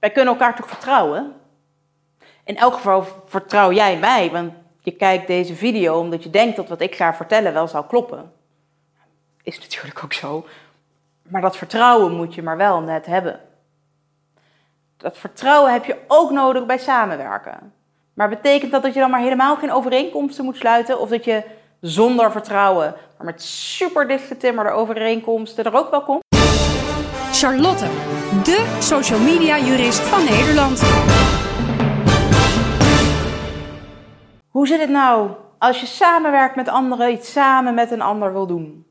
wij kunnen elkaar toch vertrouwen? In elk geval vertrouw jij mij, want je kijkt deze video omdat je denkt dat wat ik ga vertellen wel zal kloppen. Is natuurlijk ook zo. Maar dat vertrouwen moet je maar wel net hebben. Dat vertrouwen heb je ook nodig bij samenwerken. Maar betekent dat je dan maar helemaal geen overeenkomsten moet sluiten? Of dat je zonder vertrouwen, maar met super dichtgetimmerde overeenkomsten er ook wel komt? Charlotte, de social media jurist van Nederland. Hoe zit het nou als je samenwerkt met anderen, iets samen met een ander wil doen?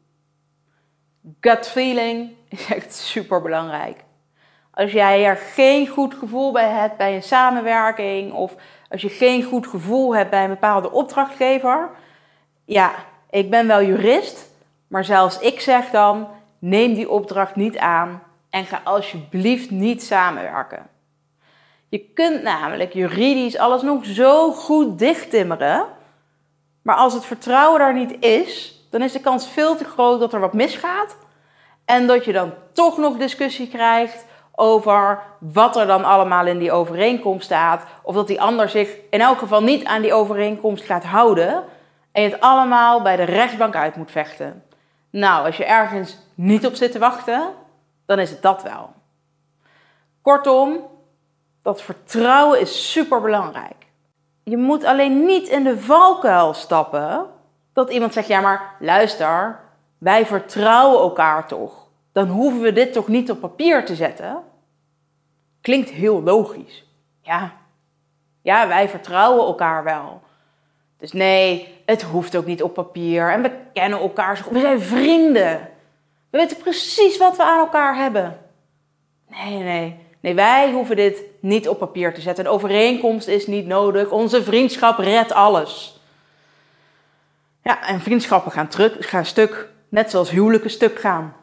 Gut feeling is echt super belangrijk. Als jij er geen goed gevoel bij hebt bij een samenwerking, of als je geen goed gevoel hebt bij een bepaalde opdrachtgever, ja, ik ben wel jurist, maar zelfs ik zeg dan, neem die opdracht niet aan en ga alsjeblieft niet samenwerken. Je kunt namelijk juridisch alles nog zo goed dichttimmeren, maar als het vertrouwen er niet is, dan is de kans veel te groot dat er wat misgaat en dat je dan toch nog discussie krijgt over wat er dan allemaal in die overeenkomst staat, of dat die ander zich in elk geval niet aan die overeenkomst gaat houden en je het allemaal bij de rechtbank uit moet vechten. Nou, als je ergens niet op zit te wachten, dan is het dat wel. Kortom, dat vertrouwen is super belangrijk. Je moet alleen niet in de valkuil stappen dat iemand zegt, ja maar luister, wij vertrouwen elkaar toch. Dan hoeven we dit toch niet op papier te zetten? Klinkt heel logisch. Ja, wij vertrouwen elkaar wel. Dus nee, het hoeft ook niet op papier. En we kennen elkaar zo goed. We zijn vrienden. We weten precies wat we aan elkaar hebben. Nee, wij hoeven dit niet op papier te zetten. Een overeenkomst is niet nodig. Onze vriendschap redt alles. Ja, en vriendschappen gaan stuk. Net zoals huwelijken stuk gaan.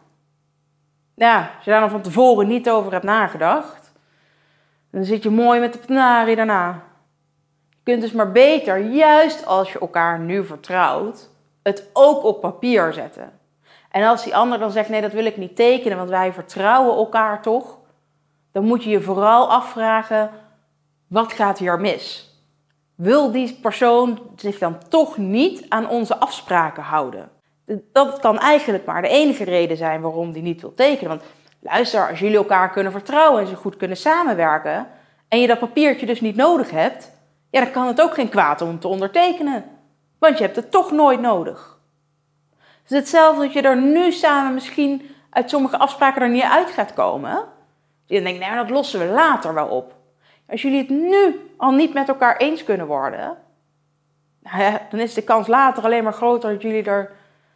Ja, als je daar dan van tevoren niet over hebt nagedacht, dan zit je mooi met de penarie daarna. Je kunt dus maar beter, juist als je elkaar nu vertrouwt, het ook op papier zetten. En als die ander dan zegt, nee, dat wil ik niet tekenen, want wij vertrouwen elkaar toch, dan moet je je vooral afvragen, wat gaat hier mis? Wil die persoon zich dan toch niet aan onze afspraken houden? Dat kan eigenlijk maar de enige reden zijn waarom die niet wil tekenen. Want luister, als jullie elkaar kunnen vertrouwen en ze goed kunnen samenwerken en je dat papiertje dus niet nodig hebt, ja, dan kan het ook geen kwaad om te ondertekenen. Want je hebt het toch nooit nodig. Het is hetzelfde dat je er nu samen misschien uit sommige afspraken er niet uit gaat komen. Je denkt, nee, maar dat lossen we later wel op. Als jullie het nu al niet met elkaar eens kunnen worden, nou ja, dan is de kans later alleen maar groter dat jullie er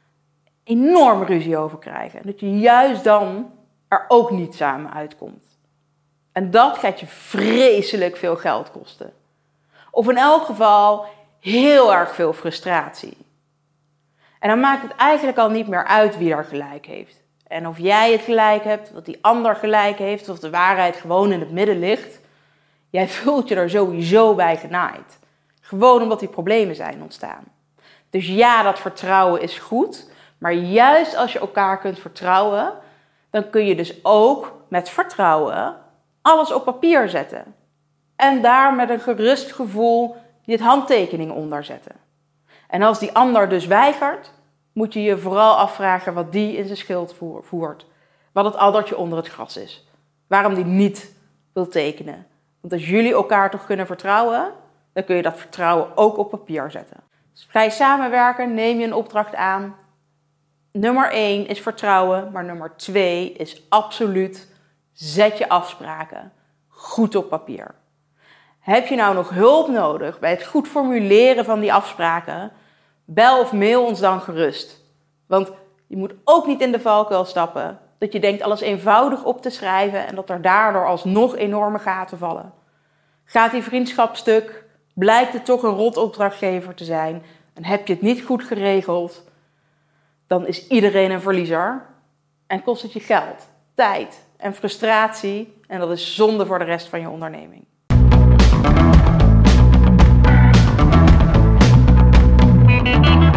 enorm ruzie over krijgen. En dat je juist dan er ook niet samen uitkomt. En dat gaat je vreselijk veel geld kosten. Of in elk geval heel erg veel frustratie. En dan maakt het eigenlijk al niet meer uit wie er gelijk heeft. En of jij het gelijk hebt, of die ander gelijk heeft, of de waarheid gewoon in het midden ligt. Jij voelt je er sowieso bij genaaid. Gewoon omdat die problemen zijn ontstaan. Dus ja, dat vertrouwen is goed. Maar juist als je elkaar kunt vertrouwen, dan kun je dus ook met vertrouwen alles op papier zetten. En daar met een gerust gevoel je handtekening onder zetten. En als die ander dus weigert, moet je je vooral afvragen wat die in zijn schild voert. Wat het addertje onder het gras is. Waarom die niet wil tekenen. Want als jullie elkaar toch kunnen vertrouwen, dan kun je dat vertrouwen ook op papier zetten. Dus ga je samenwerken, neem je een opdracht aan. Nummer 1 is vertrouwen, maar nummer 2 is absoluut zet je afspraken goed op papier. Heb je nou nog hulp nodig bij het goed formuleren van die afspraken? Bel of mail ons dan gerust. Want je moet ook niet in de valkuil stappen dat je denkt alles eenvoudig op te schrijven en dat er daardoor alsnog enorme gaten vallen. Gaat die vriendschap stuk, blijkt het toch een rotopdrachtgever te zijn en heb je het niet goed geregeld, dan is iedereen een verliezer en kost het je geld, tijd en frustratie en dat is zonde voor de rest van je onderneming.